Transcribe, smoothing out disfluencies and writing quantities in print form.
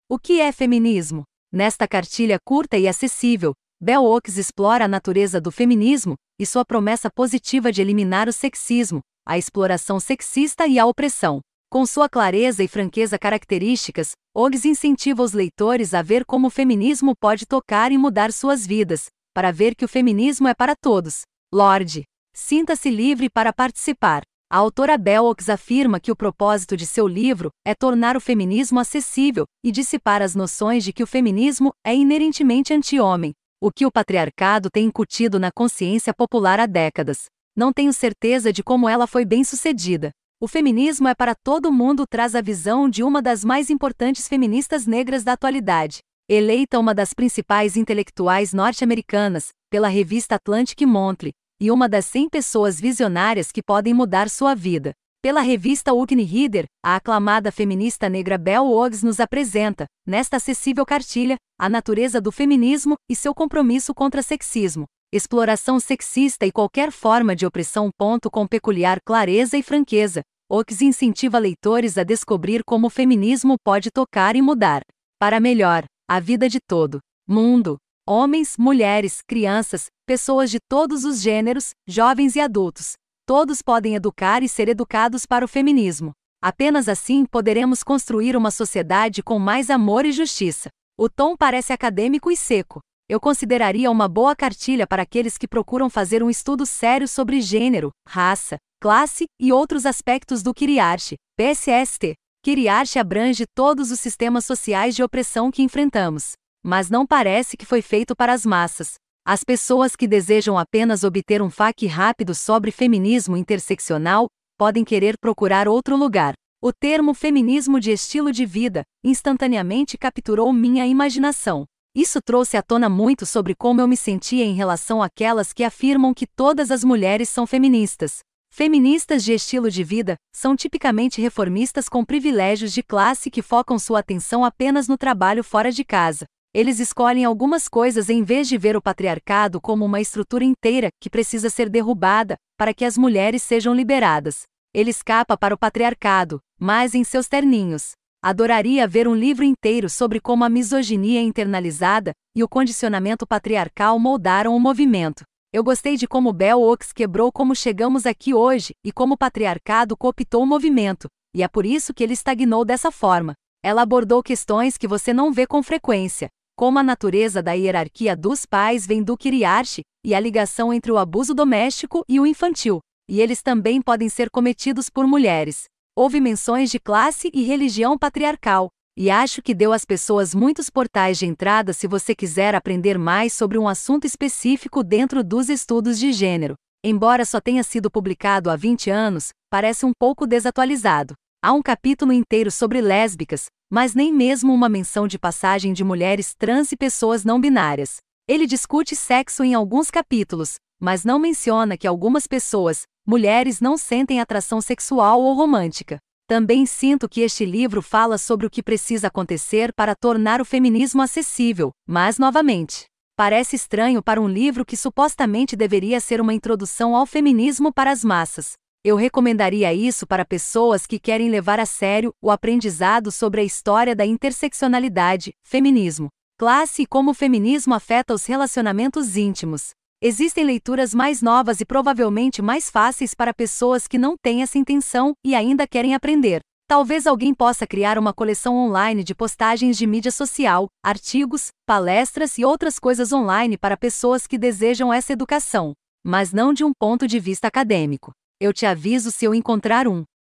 O que é feminismo? Nesta cartilha curta e acessível, Bell Hooks explora a natureza do feminismo e sua promessa positiva de eliminar o sexismo, a exploração sexista e a opressão. Com sua clareza e franqueza características, Hooks incentiva os leitores a ver como o feminismo pode tocar e mudar suas vidas, para ver que o feminismo é para todos. Lorde, sinta-se livre para participar. A autora Bell Hooks afirma que o propósito de seu livro é tornar o feminismo acessível e dissipar as noções de que o feminismo é inerentemente anti-homem, o que o patriarcado tem incutido na consciência popular há décadas. Não tenho certeza de como ela foi bem-sucedida. O feminismo é para todo mundo traz a visão de uma das mais importantes feministas negras da atualidade. Eleita uma das principais intelectuais norte-americanas, pela revista Atlantic Monthly, e uma das 100 pessoas visionárias que podem mudar sua vida. Pela revista Women Reader, a aclamada feminista negra Bell Hooks nos apresenta, nesta acessível cartilha, a natureza do feminismo e seu compromisso contra sexismo, exploração sexista e qualquer forma de opressão. Com peculiar clareza e franqueza, Hooks incentiva leitores a descobrir como o feminismo pode tocar e mudar, para melhor, a vida de todo mundo. Homens, mulheres, crianças, pessoas de todos os gêneros, jovens e adultos. Todos podem educar e ser educados para o feminismo. Apenas assim poderemos construir uma sociedade com mais amor e justiça. O tom parece acadêmico e seco. Eu consideraria uma boa cartilha para aqueles que procuram fazer um estudo sério sobre gênero, raça, classe e outros aspectos do Kiriarchi, PSST. Kiriarchi abrange todos os sistemas sociais de opressão que enfrentamos. Mas não parece que foi feito para as massas. As pessoas que desejam apenas obter um fac rápido sobre feminismo interseccional podem querer procurar outro lugar. O termo feminismo de estilo de vida instantaneamente capturou minha imaginação. Isso trouxe à tona muito sobre como eu me sentia em relação àquelas que afirmam que todas as mulheres são feministas. Feministas de estilo de vida são tipicamente reformistas com privilégios de classe que focam sua atenção apenas no trabalho fora de casa. Eles escolhem algumas coisas em vez de ver o patriarcado como uma estrutura inteira que precisa ser derrubada para que as mulheres sejam liberadas. Ele escapa para o patriarcado, mas em seus terninhos. Adoraria ver um livro inteiro sobre como a misoginia internalizada e o condicionamento patriarcal moldaram o movimento. Eu gostei de como Bell Hooks quebrou como chegamos aqui hoje e como o patriarcado cooptou o movimento, e é por isso que ele estagnou dessa forma. Ela abordou questões que você não vê com frequência, como a natureza da hierarquia dos pais vem do Kiriarchi, e a ligação entre o abuso doméstico e o infantil, e eles também podem ser cometidos por mulheres. Houve menções de classe e religião patriarcal, e acho que deu às pessoas muitos portais de entrada se você quiser aprender mais sobre um assunto específico dentro dos estudos de gênero. Embora só tenha sido publicado há 20 anos, parece um pouco desatualizado. Há um capítulo inteiro sobre lésbicas, mas nem mesmo uma menção de passagem de mulheres trans e pessoas não binárias. Ele discute sexo em alguns capítulos, mas não menciona que algumas pessoas, mulheres, não sentem atração sexual ou romântica. Também sinto que este livro fala sobre o que precisa acontecer para tornar o feminismo acessível, mas novamente, parece estranho para um livro que supostamente deveria ser uma introdução ao feminismo para as massas. Eu recomendaria isso para pessoas que querem levar a sério o aprendizado sobre a história da interseccionalidade, feminismo, classe e como o feminismo afeta os relacionamentos íntimos. Existem leituras mais novas e provavelmente mais fáceis para pessoas que não têm essa intenção e ainda querem aprender. Talvez alguém possa criar uma coleção online de postagens de mídia social, artigos, palestras e outras coisas online para pessoas que desejam essa educação, mas não de um ponto de vista acadêmico. Eu te aviso se eu encontrar um.